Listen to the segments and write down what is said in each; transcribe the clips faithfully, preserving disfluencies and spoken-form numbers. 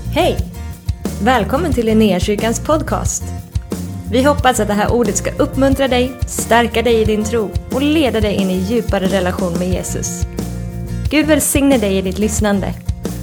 Hej! Välkommen till Linnéakyrkans podcast. Vi hoppas att det här ordet ska uppmuntra dig, stärka dig i din tro och leda dig in i djupare relation med Jesus. Gud välsigne dig i ditt lyssnande.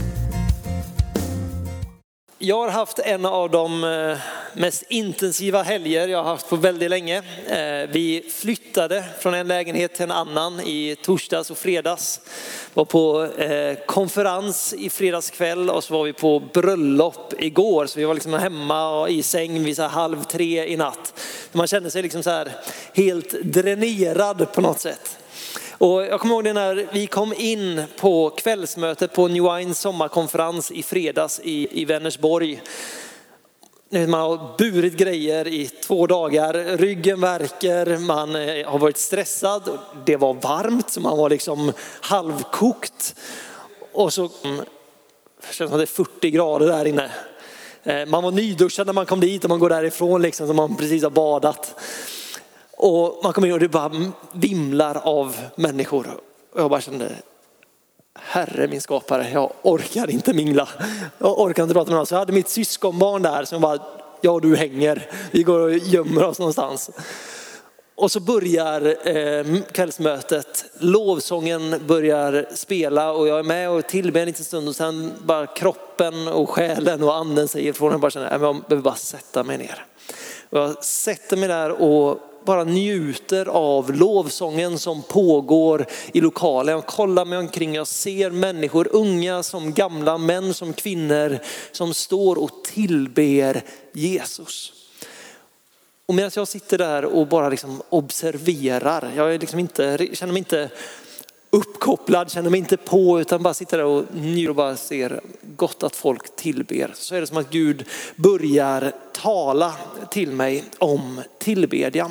Jag har haft en av de mest intensiva helger jag har haft på väldigt länge. Vi flyttade från en lägenhet till en annan i torsdags och fredags. Var på konferens i fredags kväll och så var vi på bröllop igår. Så vi var liksom hemma och i säng vid så här halv tre i natt. Man kände sig liksom så här helt dränerad på något sätt. Och jag kommer ihåg det när vi kom in på kvällsmötet på New Wine sommarkonferens i fredags i, i Vänersborg. Man har burit grejer i två dagar, ryggen värker, man har varit stressad. Det var varmt så man var liksom halvkokt. Och så känns det som det är fyrtio grader där inne. Man var nyduschad när man kom dit och man går därifrån liksom som man precis har badat. Och man kommer in och det bara vimlar av människor. Och jag bara kände, Herre min skapare, jag orkar inte mingla. Jag orkar inte prata med någon. Så jag hade mitt syskonbarn där som bara, ja du hänger. Vi går och gömmer oss någonstans. Och så börjar eh, kvällsmötet. Lovsången börjar spela och jag är med och tillber en liten stund. Och sen bara kroppen och själen och anden säger från. Jag bara känner, jag behöver bara sätta mig ner. Och jag sätter mig där och bara njuter av lovsången som pågår i lokalen. Jag kollar mig omkring, jag ser människor, unga som gamla, män som kvinnor som står och tillber Jesus. Och medan jag sitter där och bara liksom observerar, jag är liksom inte, känner mig inte uppkopplad, känner mig inte på utan bara sitter där och njuter och bara ser gott att folk tillber. Så är det som att Gud börjar tala till mig om tillbedjan.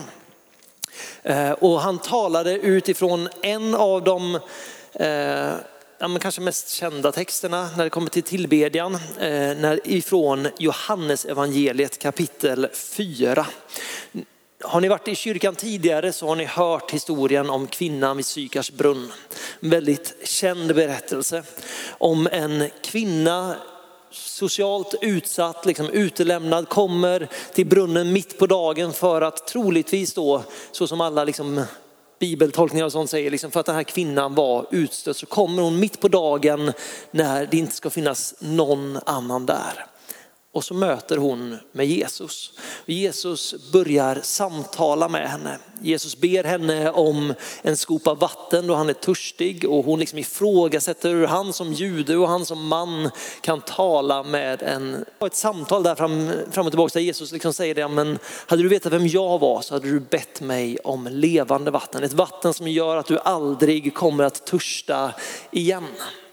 Och han talade utifrån en av de eh, ja, men kanske mest kända texterna när det kommer till tillbedjan. Eh, när, ifrån Johannes evangeliet kapitel fyra. Har ni varit i kyrkan tidigare så har ni hört historien om kvinnan vid Sykars brunn. En väldigt känd berättelse om en kvinna socialt utsatt, liksom utelämnad, kommer till brunnen mitt på dagen för att troligtvis då, så som alla liksom bibeltolkningar och sånt säger, liksom för att den här kvinnan var utstött så kommer hon mitt på dagen när det inte ska finnas någon annan där. Och så möter hon med Jesus. Jesus börjar samtala med henne. Jesus ber henne om en skopa vatten då han är törstig. Och hon liksom ifrågasätter hur han som jude och han som man kan tala med en... Ett samtal där fram, fram och tillbaka där Jesus liksom säger det. Men hade du vetat vem jag var så hade du bett mig om levande vatten. Ett vatten som gör att du aldrig kommer att törsta igen.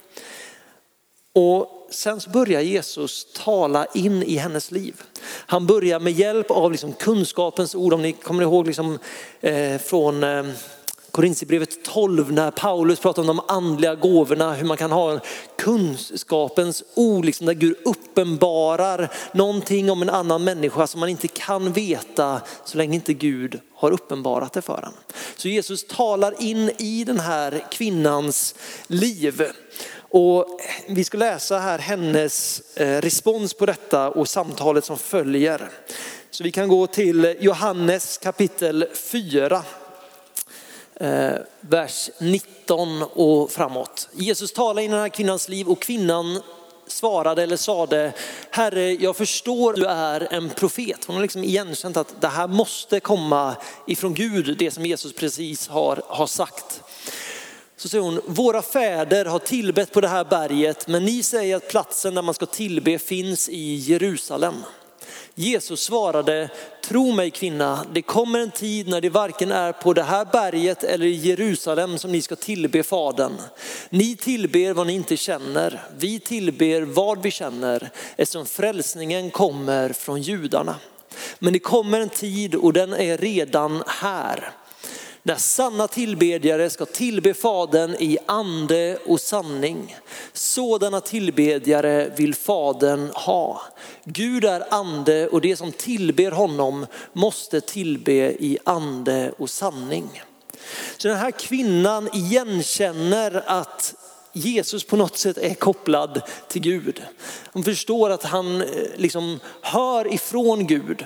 Och sen så börjar Jesus tala in i hennes liv. Han börjar med hjälp av liksom kunskapens ord. Om ni kommer ihåg liksom, eh, från eh, Korinthierbrevet tolv när Paulus pratar om de andliga gåvorna. Hur man kan ha kunskapens ord liksom, där Gud uppenbarar någonting om en annan människa som man inte kan veta så länge inte Gud har uppenbarat det för honom. Så Jesus talar in i den här kvinnans liv. Och vi ska läsa här hennes respons på detta och samtalet som följer. Så vi kan gå till Johannes kapitel fyra, vers nitton och framåt. Jesus talar in i den här kvinnans liv och kvinnan svarade eller sade, Herre, jag förstår att du är en profet. Hon har liksom igenkänt att det här måste komma ifrån Gud, det som Jesus precis har, har sagt. Så säger hon, våra fäder har tillbett på det här berget, men ni säger att platsen där man ska tillbe finns i Jerusalem. Jesus svarade, tro mig kvinna, det kommer en tid när det varken är på det här berget eller i Jerusalem som ni ska tillbe Fadern. Ni tillber vad ni inte känner, vi tillber vad vi känner, eftersom frälsningen kommer från judarna. Men det kommer en tid och den är redan här. När sanna tillbedjare ska tillbe Fadern i ande och sanning. Sådana tillbedjare vill Fadern ha. Gud är ande och det som tillber honom måste tillbe i ande och sanning. Så den här kvinnan igenkänner att Jesus på något sätt är kopplad till Gud. De förstår att han liksom hör ifrån Gud.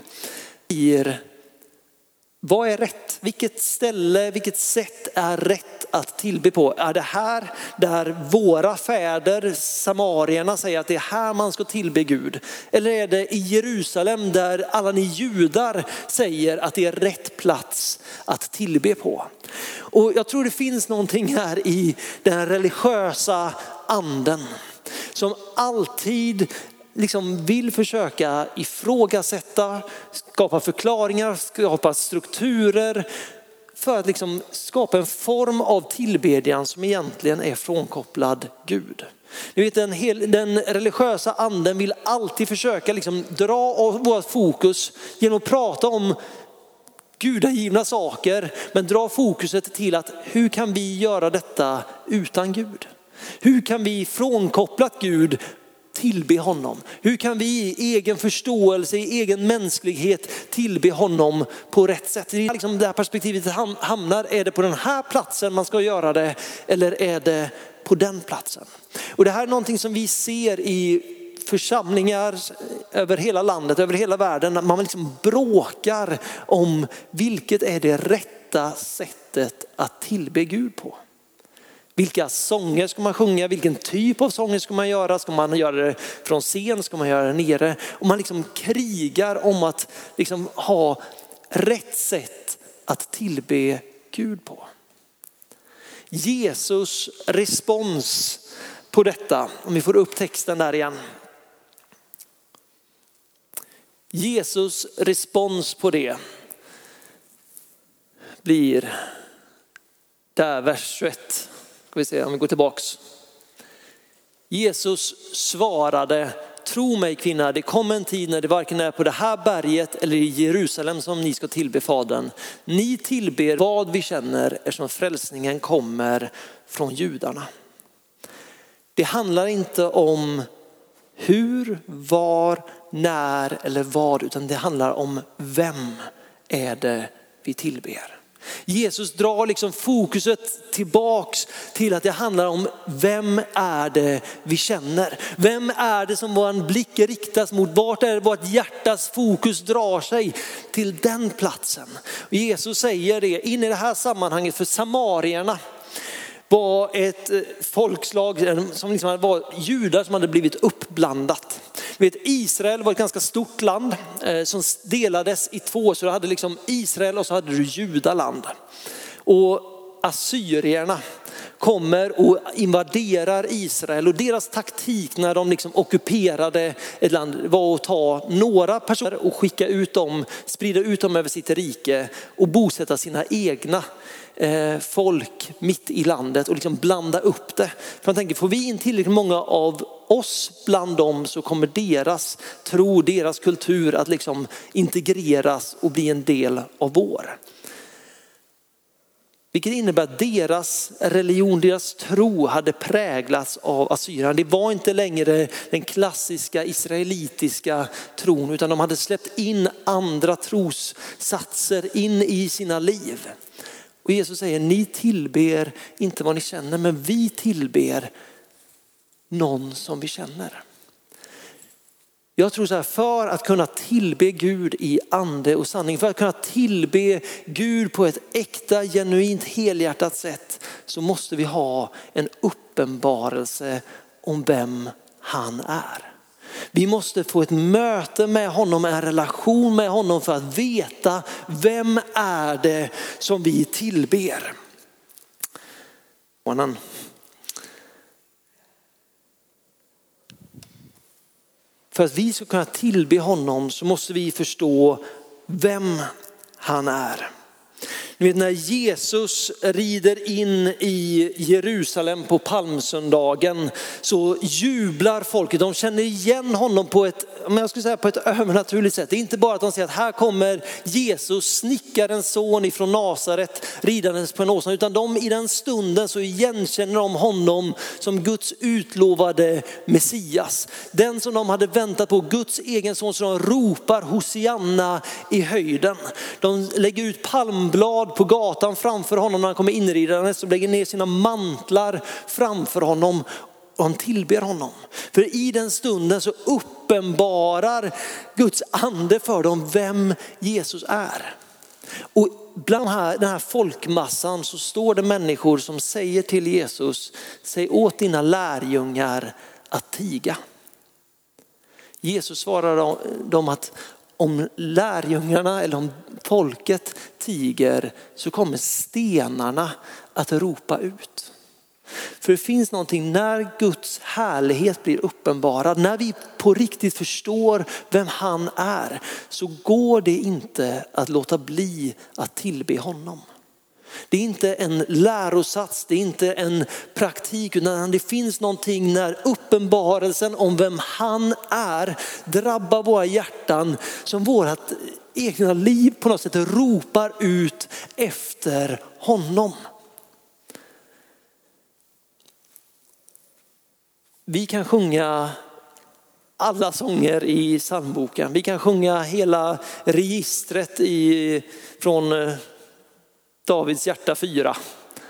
Vad är rätt? Vilket ställe, vilket sätt är rätt att tillbe på? Är det här där våra fäder, samarierna, säger att det är här man ska tillbe Gud? Eller är det i Jerusalem där alla ni judar säger att det är rätt plats att tillbe på? Och jag tror det finns någonting här i den religiösa anden som alltid liksom vill försöka ifrågasätta, skapa förklaringar, skapa strukturer för att liksom skapa en form av tillbedjan som egentligen är frånkopplad Gud. Ni vet, den, hel, den religiösa anden vill alltid försöka liksom dra av vårt fokus genom att prata om gudagivna saker, men dra fokuset till att hur kan vi göra detta utan Gud? Hur kan vi frånkopplat Gud tillbe honom? Hur kan vi i egen förståelse, i egen mänsklighet tillbe honom på rätt sätt? Det är liksom det här perspektivet hamnar. Är det på den här platsen man ska göra det, eller är det på den platsen? Och det här är någonting som vi ser i församlingar över hela landet, över hela världen. Man liksom bråkar om vilket är det rätta sättet att tillbe Gud på. Vilka sånger ska man sjunga? Vilken typ av sånger ska man göra? Ska man göra det från scen? Ska man göra det nere? Och man liksom krigar om att liksom ha rätt sätt att tillbe Gud på. Jesus respons på detta, om vi får upp texten där igen. Jesus respons på det blir där vers tjugoett. Ska vi se om vi går tillbaks. Jesus svarade: tro mig kvinna, det kommer en tid när det varken är på det här berget eller i Jerusalem som ni ska tillbe Fadern. Ni tillber vad vi känner eftersom frälsningen kommer från judarna. Det handlar inte om hur, var, när eller vad, utan det handlar om vem är det vi tillber. Jesus drar liksom fokuset tillbaks till att det handlar om vem är det vi känner. Vem är det som vår blick riktas mot? Vart är det vårt hjärtas fokus drar sig till den platsen? Och Jesus säger det in i det här sammanhanget, för samarierna var ett folkslag som liksom var judar som hade blivit uppblandat. Vet, Israel var ett ganska stort land eh, som delades i två. Så du hade liksom Israel och så hade du Judaland. Och assyrierna kommer och invaderar Israel. Och deras taktik när de liksom ockuperade ett land var att ta några personer och skicka ut dem, sprida ut dem över sitt rike och bosätta sina egna eh, folk mitt i landet och liksom blanda upp det. För man tänker, får vi in tillräckligt många av oss bland dem så kommer deras tro, deras kultur att liksom integreras och bli en del av vår. Vilket innebär att deras religion, deras tro hade präglats av assyrierna. Det var inte längre den klassiska israelitiska tron, utan de hade släppt in andra trossatser in i sina liv. Och Jesus säger, ni tillber inte vad ni känner, men vi tillber någon som vi känner. Jag tror så här, för att kunna tillbe Gud i ande och sanning, för att kunna tillbe Gud på ett äkta, genuint, helhjärtat sätt, så måste vi ha en uppenbarelse om vem han är. Vi måste få ett möte med honom, en relation med honom för att veta vem är det som vi tillber. För att vi ska kunna tillbe honom så måste vi förstå vem han är. Ni vet, när Jesus rider in i Jerusalem på palmsöndagen så jublar folket. De känner igen honom på ett, men jag skulle säga på ett övernaturligt sätt. Det är inte bara att de säger att här kommer Jesus, snickarens son ifrån Nasaret, ridandes på en åsna, utan de i den stunden så igenkänner de honom som Guds utlovade Messias. Den som de hade väntat på, Guds egen son, som de ropar Hosianna i höjden. De lägger ut palmblad på gatan framför honom när han kommer inridande, så lägger ner sina mantlar framför honom. de tillber honom. För i den stunden så uppenbarar Guds ande för dem vem Jesus är. Och bland här, den här folkmassan så står det människor som säger till Jesus, säg åt dina lärjungar att tiga. Jesus svarar dem att om lärjungarna eller om folket tiger så kommer stenarna att ropa ut. För det finns någonting när Guds härlighet blir uppenbarad, när vi på riktigt förstår vem han är, så går det inte att låta bli att tillbe honom. Det är inte en lärosats, det är inte en praktik, utan det finns någonting när uppenbarelsen om vem han är drabbar våra hjärtan, som vårat egna liv på något sätt ropar ut efter honom. Vi kan sjunga alla sånger i psalmboken. Vi kan sjunga hela registret i, från Davids hjärta fyra.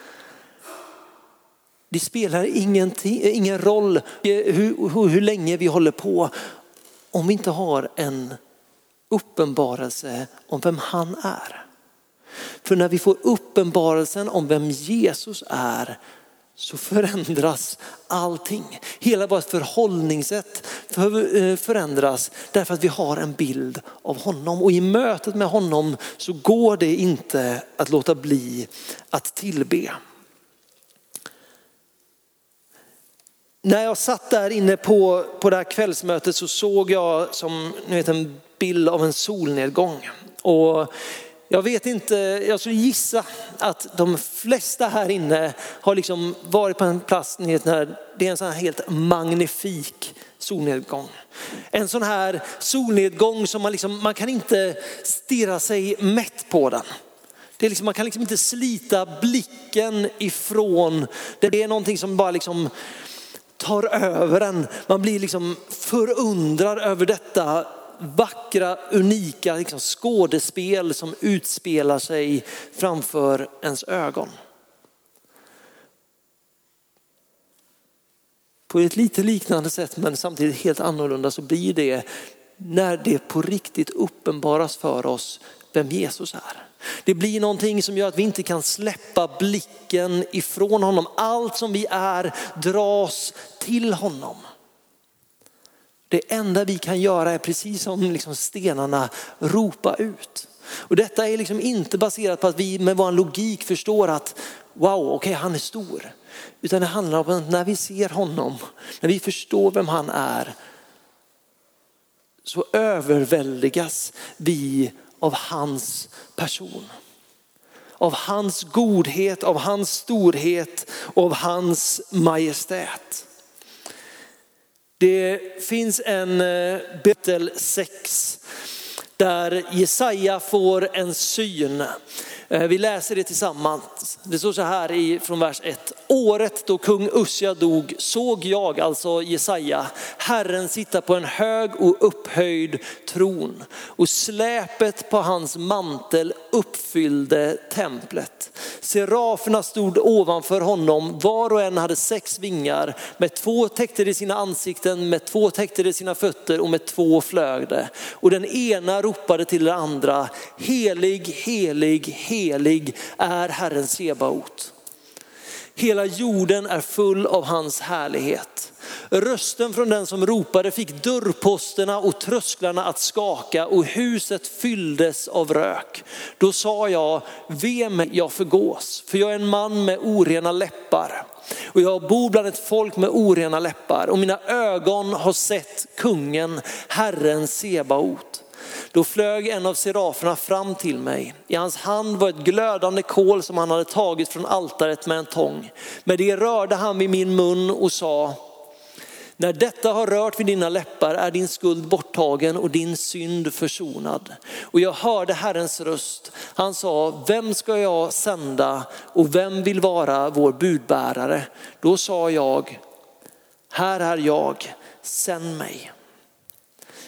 Det spelar ingen roll hur, hur, hur länge vi håller på om vi inte har en uppenbarelse om vem han är. För när vi får uppenbarelsen om vem Jesus är så förändras allting. Hela vårt förhållningssätt förändras därför att vi har en bild av honom. Och i mötet med honom så går det inte att låta bli att tillbe. När jag satt där inne på, på det här kvällsmötet så såg jag som ni vet, en bild av en solnedgång. Och jag vet inte, jag skulle gissa att de flesta här inne har liksom varit på en plats när det är en sån här helt magnifik solnedgång. En sån här solnedgång som man liksom, man kan inte stirra sig mätt på den. Det är liksom, man kan liksom inte slita blicken ifrån. Det är någonting som bara liksom tar över en. Man blir liksom förundrad över detta vackra, unika liksom skådespel som utspelar sig framför ens ögon. På ett lite liknande sätt men samtidigt helt annorlunda så blir det när det på riktigt uppenbaras för oss vem Jesus är. Det blir någonting som gör att vi inte kan släppa blicken ifrån honom. Allt som vi är dras till honom. Det enda vi kan göra är precis som liksom stenarna ropa ut. Och detta är liksom inte baserat på att vi med vår logik förstår att wow, okej, okay, han är stor. Utan det handlar om att när vi ser honom, när vi förstår vem han är, så överväldigas vi av hans person. Av hans godhet, av hans storhet och av hans majestät. Det finns en Betel sex där Jesaja får en syn. Vi läser det tillsammans. Det står så här i, från vers ett. Året då kung Ussia dog såg jag, alltså Jesaja, Herren sitta på en hög och upphöjd tron. Och släpet på hans mantel uppfyllde templet. Seraferna stod ovanför honom, var och en hade sex vingar. Med två täckte de sina ansikten, med två täckte de sina fötter och med två flög det. Och den ena ropade till den andra, helig, helig, helig är Herren Sebaot. Hela jorden är full av hans härlighet. Rösten från den som ropade fick dörrposterna och trösklarna att skaka och huset fylldes av rök. Då sa jag, ve mig, jag förgås, för jag är en man med orena läppar. Och jag bor bland ett folk med orena läppar och mina ögon har sett kungen, Herren Sebaot. Då flög en av seraferna fram till mig. I hans hand var ett glödande kol som han hade tagit från altaret med en tång. Med det rörde han vid min mun och sa, när detta har rört vid dina läppar är din skuld borttagen och din synd försonad. Och jag hörde Herrens röst. Han sa, vem ska jag sända och vem vill vara vår budbärare? Då sa jag, här är jag, sänd mig.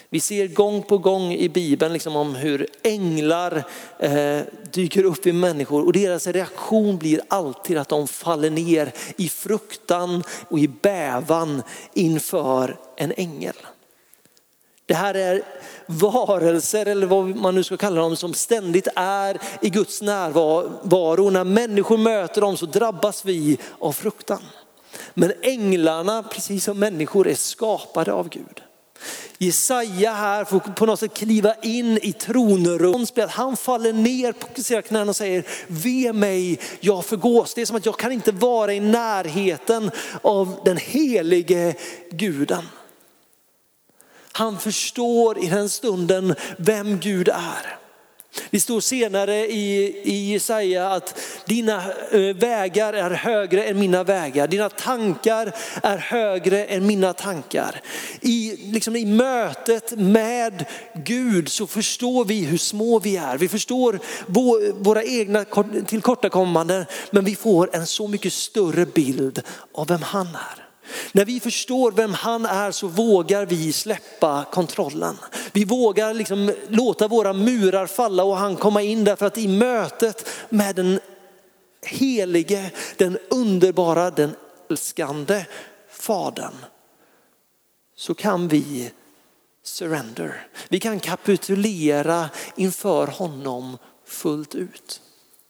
Vi ser gång på gång i Bibeln liksom om hur änglar eh, dyker upp i människor och deras reaktion blir alltid att de faller ner i fruktan och i bävan inför en ängel. Det här är varelser eller vad man nu ska kalla dem som ständigt är i Guds närvaro. När människor möter dem så drabbas vi av fruktan. Men änglarna, precis som människor, är skapade av Gud. Jesaja här får på något sätt kliva in i tronrummet. Han faller ner på sina knän och säger: ve mig, jag förgås. Det är som att jag kan inte vara i närheten av den helige guden. Han förstår i den stunden vem Gud är. Det står senare i, i Jesaja att dina vägar är högre än mina vägar. Dina tankar är högre än mina tankar. I, liksom i mötet med Gud så förstår vi hur små vi är. Vi förstår vår, våra egna tillkortakommanden, men vi får en så mycket större bild av vem han är. När vi förstår vem han är så vågar vi släppa kontrollen. Vi vågar liksom låta våra murar falla och han komma in, därför att i mötet med den helige, den underbara, den älskande fadern så kan vi surrender. Vi kan kapitulera inför honom fullt ut.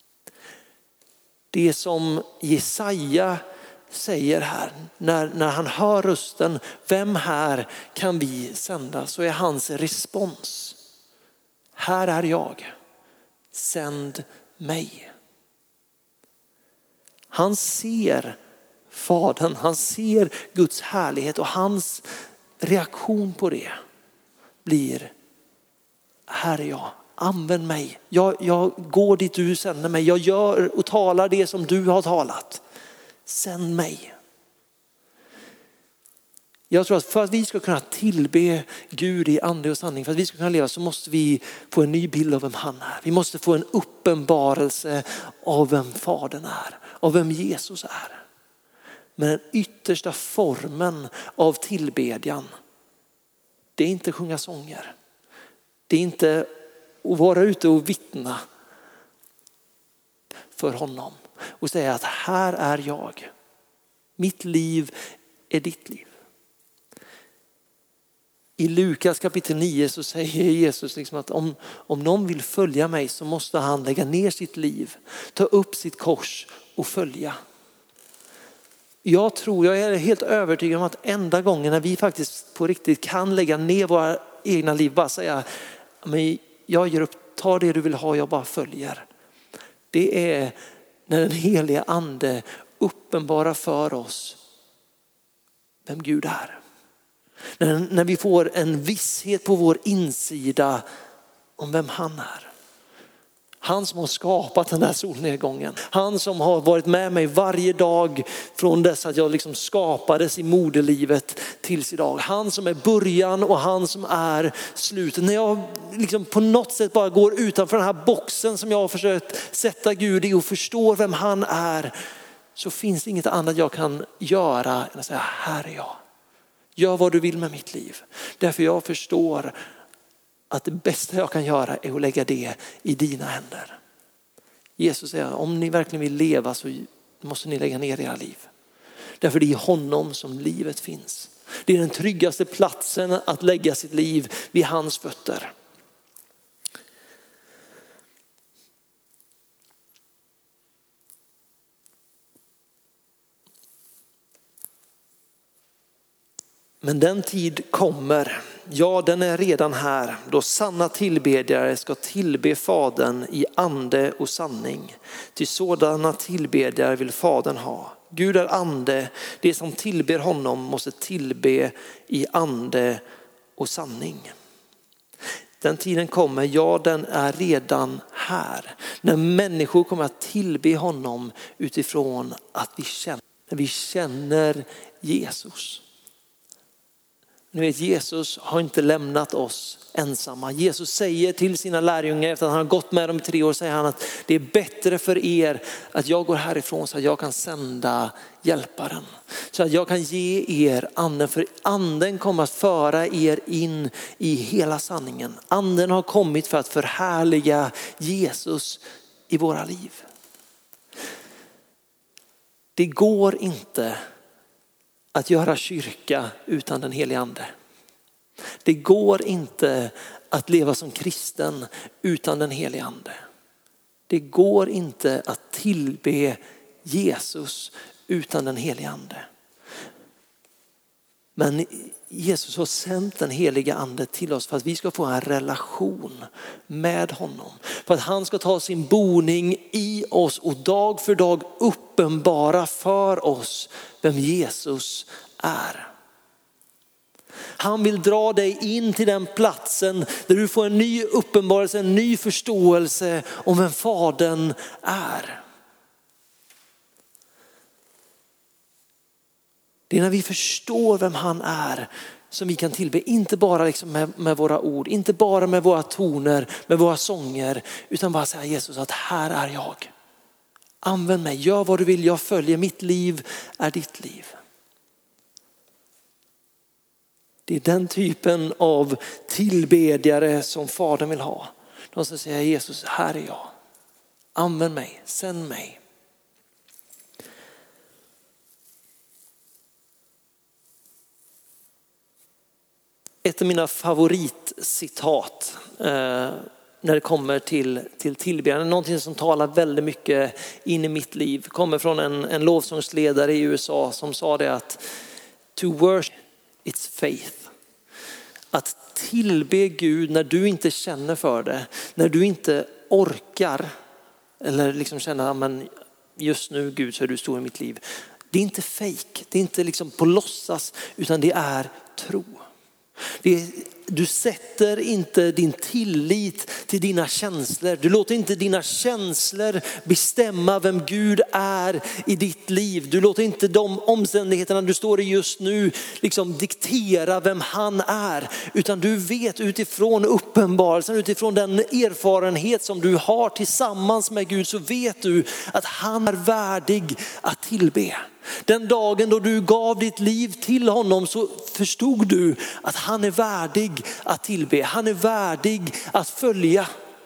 Det som Jesaja säger här, när, när han hör rösten, vem här kan vi sända, så är hans respons: här är jag, sänd mig. Han ser Fadern, han ser Guds härlighet och hans reaktion på det blir: här är jag, använd mig. Jag, jag går dit du sänder mig, jag gör och talar det som du har talat. Sänd mig. Jag tror att för att vi ska kunna tillbe Gud i ande och sanning, för att vi ska kunna leva, så måste vi få en ny bild av vem han är. Vi måste få en uppenbarelse av vem Fadern är, av vem Jesus är. Men den yttersta formen av tillbedjan, det är inte sjunga sånger. Det är inte att vara ute och vittna för honom och säga att här är jag. Mitt liv är ditt liv. I Lukas kapitel nio så säger Jesus liksom att om, om någon vill följa mig så måste han lägga ner sitt liv, ta upp sitt kors och följa. Jag tror, jag är helt övertygad om att enda gången när vi faktiskt på riktigt kan lägga ner våra egna liv, bara säga: men jag ger upp, ta det du vill ha, jag bara följer. Det är när den heliga ande uppenbarar för oss vem Gud är. När, när vi får en visshet på vår insida om vem han är. Han som har skapat den här solnedgången. Han som har varit med mig varje dag från dess att jag liksom skapades i moderlivet tills idag. Han som är början och han som är slutet. När jag liksom på något sätt bara går utanför den här boxen som jag har försökt sätta Gud i och förstår vem han är, så finns det inget annat jag kan göra än att säga: här är jag. Gör vad du vill med mitt liv. Därför jag förstår att det bästa jag kan göra är att lägga det i dina händer. Jesus säger: om ni verkligen vill leva så måste ni lägga ner era liv. Därför det är i honom som livet finns. Det är den tryggaste platsen att lägga sitt liv vid hans fötter. Men den tid kommer, ja den är redan här, då sanna tillbedjare ska tillbe Fadern i ande och sanning. Till sådana tillbedjare vill Fadern ha. Gud är ande, det som tillber honom måste tillbe i ande och sanning. Den tiden kommer, ja den är redan här, när människor kommer att tillbe honom utifrån att vi känner, vi känner Jesus. Ni vet, Jesus har inte lämnat oss ensamma. Jesus säger till sina lärjungar efter att han har gått med dem i tre år, säger han att det är bättre för er att jag går härifrån så att jag kan sända hjälparen. Så att jag kan ge er anden, för anden kommer att föra er in i hela sanningen. Anden har kommit för att förhärliga Jesus i våra liv. Det går inte att göra kyrka utan den helige ande. Det går inte att leva som kristen utan den helige ande. Det går inte att tillbe Jesus utan den helige ande. Men Jesus har sänt den heliga ande till oss för att vi ska få en relation med honom. För att han ska ta sin boning i oss och dag för dag uppenbara för oss vem Jesus är. Han vill dra dig in till den platsen där du får en ny uppenbarelse, en ny förståelse om vem Fadern är. Det är när vi förstår vem han är som vi kan tillbe, inte bara liksom med, med våra ord, inte bara med våra toner, med våra sånger, utan bara säga Jesus att här är jag. Använd mig, gör vad du vill, jag följer, mitt liv är ditt liv. Det är den typen av tillbedjare som Fadern vill ha. De som säger Jesus, här är jag. Använd mig, sänd mig. Ett av mina favoritcitat eh, när det kommer till, till tillbedjan, någonting som talar väldigt mycket in i mitt liv, kommer från en, en lovsångsledare i U S A som sa det att to worship it's faith. Att tillbe Gud när du inte känner för det, när du inte orkar eller liksom känner men just nu Gud så är du stor i mitt liv. Det är inte fake, det är inte liksom på låtsas utan det är tro. Det är, du sätter inte din tillit till dina känslor. Du låter inte dina känslor bestämma vem Gud är i ditt liv. Du låter inte de omständigheterna du står i just nu liksom diktera vem han är. Utan du vet utifrån uppenbarelsen, utifrån den erfarenhet som du har tillsammans med Gud, så vet du att han är värdig att tillbe. Den dagen då du gav ditt liv till honom så förstod du att han är värdig att tillbe. Han är värdig att följa.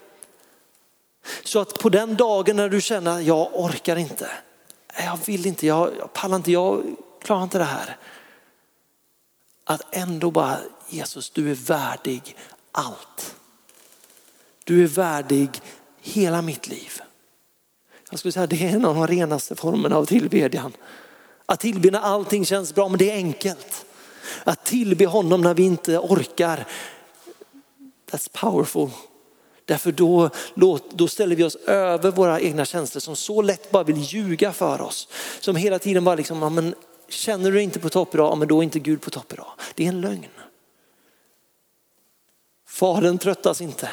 Så att på den dagen när du känner jag orkar inte, jag vill inte, jag, jag pallar inte, jag klarar inte det här. Att ändå bara Jesus, du är värdig allt. Du är värdig hela mitt liv. Jag skulle säga det är en av de renaste formerna av tillbedjan. Att tillbe när allting känns bra, men det är enkelt. Att tillbe honom när vi inte orkar, that's powerful. Därför då, då ställer vi oss över våra egna känslor som så lätt bara vill ljuga för oss. Som hela tiden bara liksom, ja, men känner du inte på topp idag, ja, men då är inte Gud på topp idag. Det är en lögn. Fadern tröttas inte.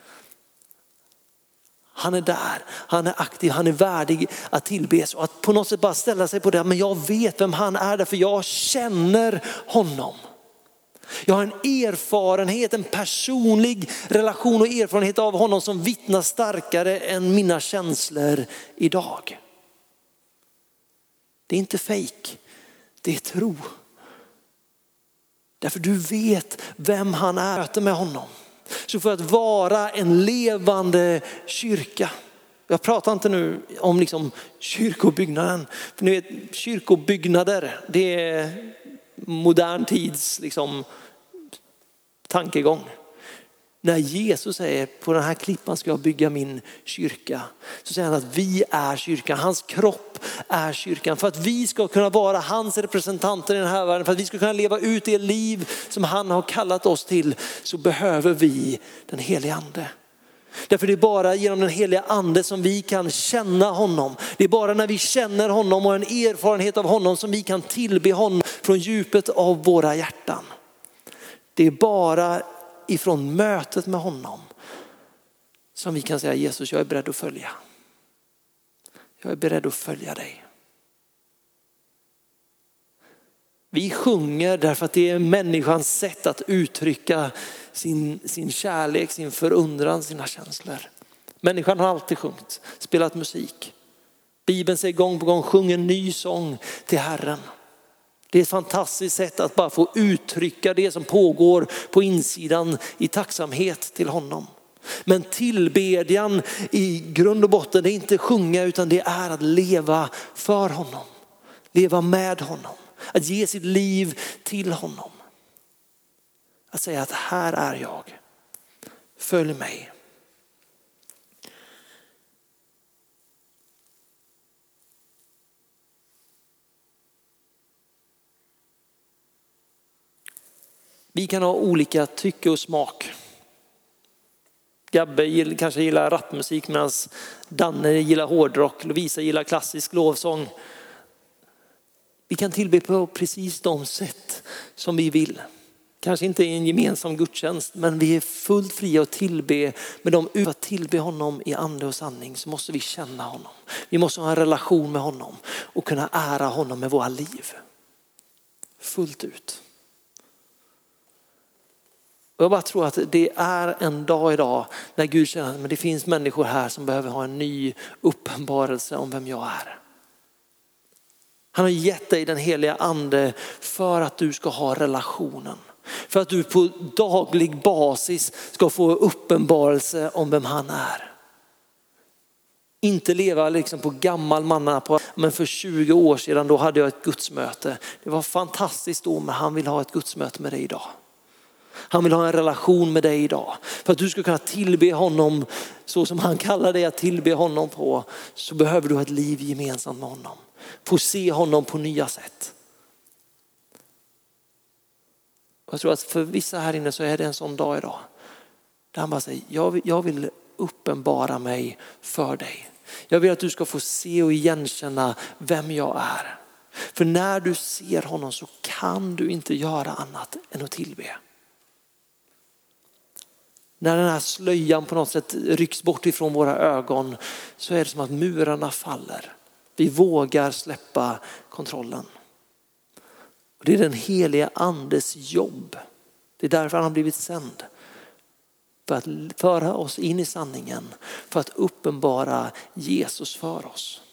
Han är där, han är aktiv, han är värdig att tillbes. Och att på något sätt bara ställa sig på det. Men jag vet vem han är därför jag känner honom. Jag har en erfarenhet, en personlig relation och erfarenhet av honom som vittnar starkare än mina känslor idag. Det är inte fake, det är tro. Därför du vet vem han är, möter med honom. Så för att vara en levande kyrka. Jag pratar inte nu om liksom kyrkobyggnaden. För ni vet, kyrkobyggnader, det är modern tids liksom tankegång. När Jesus säger på den här klippan ska jag bygga min kyrka, så säger han att vi är kyrkan. Hans kropp är kyrkan. För att vi ska kunna vara hans representanter i den här världen, för att vi ska kunna leva ut det liv som han har kallat oss till, så behöver vi den heliga ande. Därför det är bara genom den heliga ande som vi kan känna honom. Det är bara när vi känner honom och en erfarenhet av honom som vi kan tillbe honom från djupet av våra hjärtan. Det är bara ifrån mötet med honom som vi kan säga Jesus, jag är beredd att följa. Jag är beredd att följa dig. Vi sjunger därför att det är människans sätt att uttrycka sin, sin kärlek, sin förundran, sina känslor. Människan har alltid sjungit, spelat musik. Bibeln säger gång på gång, sjung en ny sång till Herren. Det är ett fantastiskt sätt att bara få uttrycka det som pågår på insidan i tacksamhet till honom. Men tillbedjan i grund och botten, det är inte sjunga utan det är att leva för honom. Leva med honom. Att ge sitt liv till honom. Att säga att här är jag. Följ mig. Vi kan ha olika tycke och smak. Gabbe kanske gillar rapmusik medan Danne gillar hårdrock. Lovisa gillar klassisk lovsång. Vi kan tillbe på precis de sätt som vi vill. Kanske inte i en gemensam gudstjänst, men vi är fullt fria att tillbe. Men de för att tillbe honom i ande och sanning så måste vi känna honom. Vi måste ha en relation med honom och kunna ära honom med våra liv. Fullt ut. Och jag bara tror att det är en dag idag när Gud känner att det finns människor här som behöver ha en ny uppenbarelse om vem jag är. Han har gett dig den heliga ande för att du ska ha relationen. För att du på daglig basis ska få uppenbarelse om vem han är. Inte leva liksom på gammal manna på, men för tjugo år sedan då hade jag ett gudsmöte. Det var fantastiskt då, men han vill ha ett gudsmöte med dig idag. Han vill ha en relation med dig idag. För att du ska kunna tillbe honom så som han kallar dig att tillbe honom på, så behöver du ha ett liv gemensamt med honom. Få se honom på nya sätt. Och jag tror att för vissa här inne så är det en sån dag idag. Där han bara säger, jag vill, jag vill uppenbara mig för dig. Jag vill att du ska få se och igenkänna vem jag är. För när du ser honom så kan du inte göra annat än att tillbe. När den här slöjan på något sätt rycks bort ifrån våra ögon så är det som att murarna faller. Vi vågar släppa kontrollen. Och det är den heliga andes jobb. Det är därför han har blivit sänd. För att föra oss in i sanningen. För att uppenbara Jesus för oss.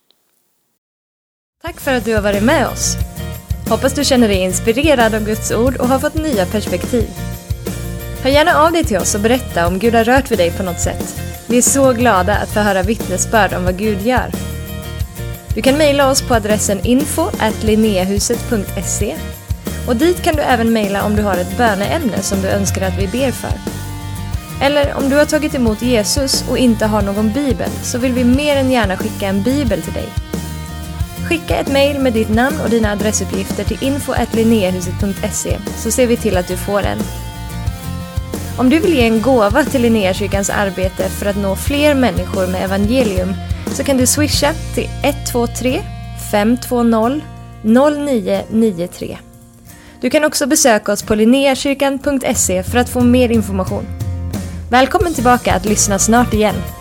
Tack för att du har varit med oss. Hoppas du känner dig inspirerad av Guds ord och har fått nya perspektiv. Hör gärna av dig till oss och berätta om Gud har rört vid dig på något sätt. Vi är så glada att få höra vittnesbörd om vad Gud gör. Du kan mejla oss på adressen info at linneahuset punkt se och dit kan du även mejla om du har ett böneämne som du önskar att vi ber för. Eller om du har tagit emot Jesus och inte har någon bibel så vill vi mer än gärna skicka en bibel till dig. Skicka ett mejl med ditt namn och dina adressuppgifter till info at linneahuset punkt se så ser vi till att du får en. Om du vill ge en gåva till Linneakyrkans arbete för att nå fler människor med evangelium så kan du swisha till ett två tre fem två noll noll nio nio tre. Du kan också besöka oss på linneakyrkan punkt se för att få mer information. Välkommen tillbaka att lyssna snart igen.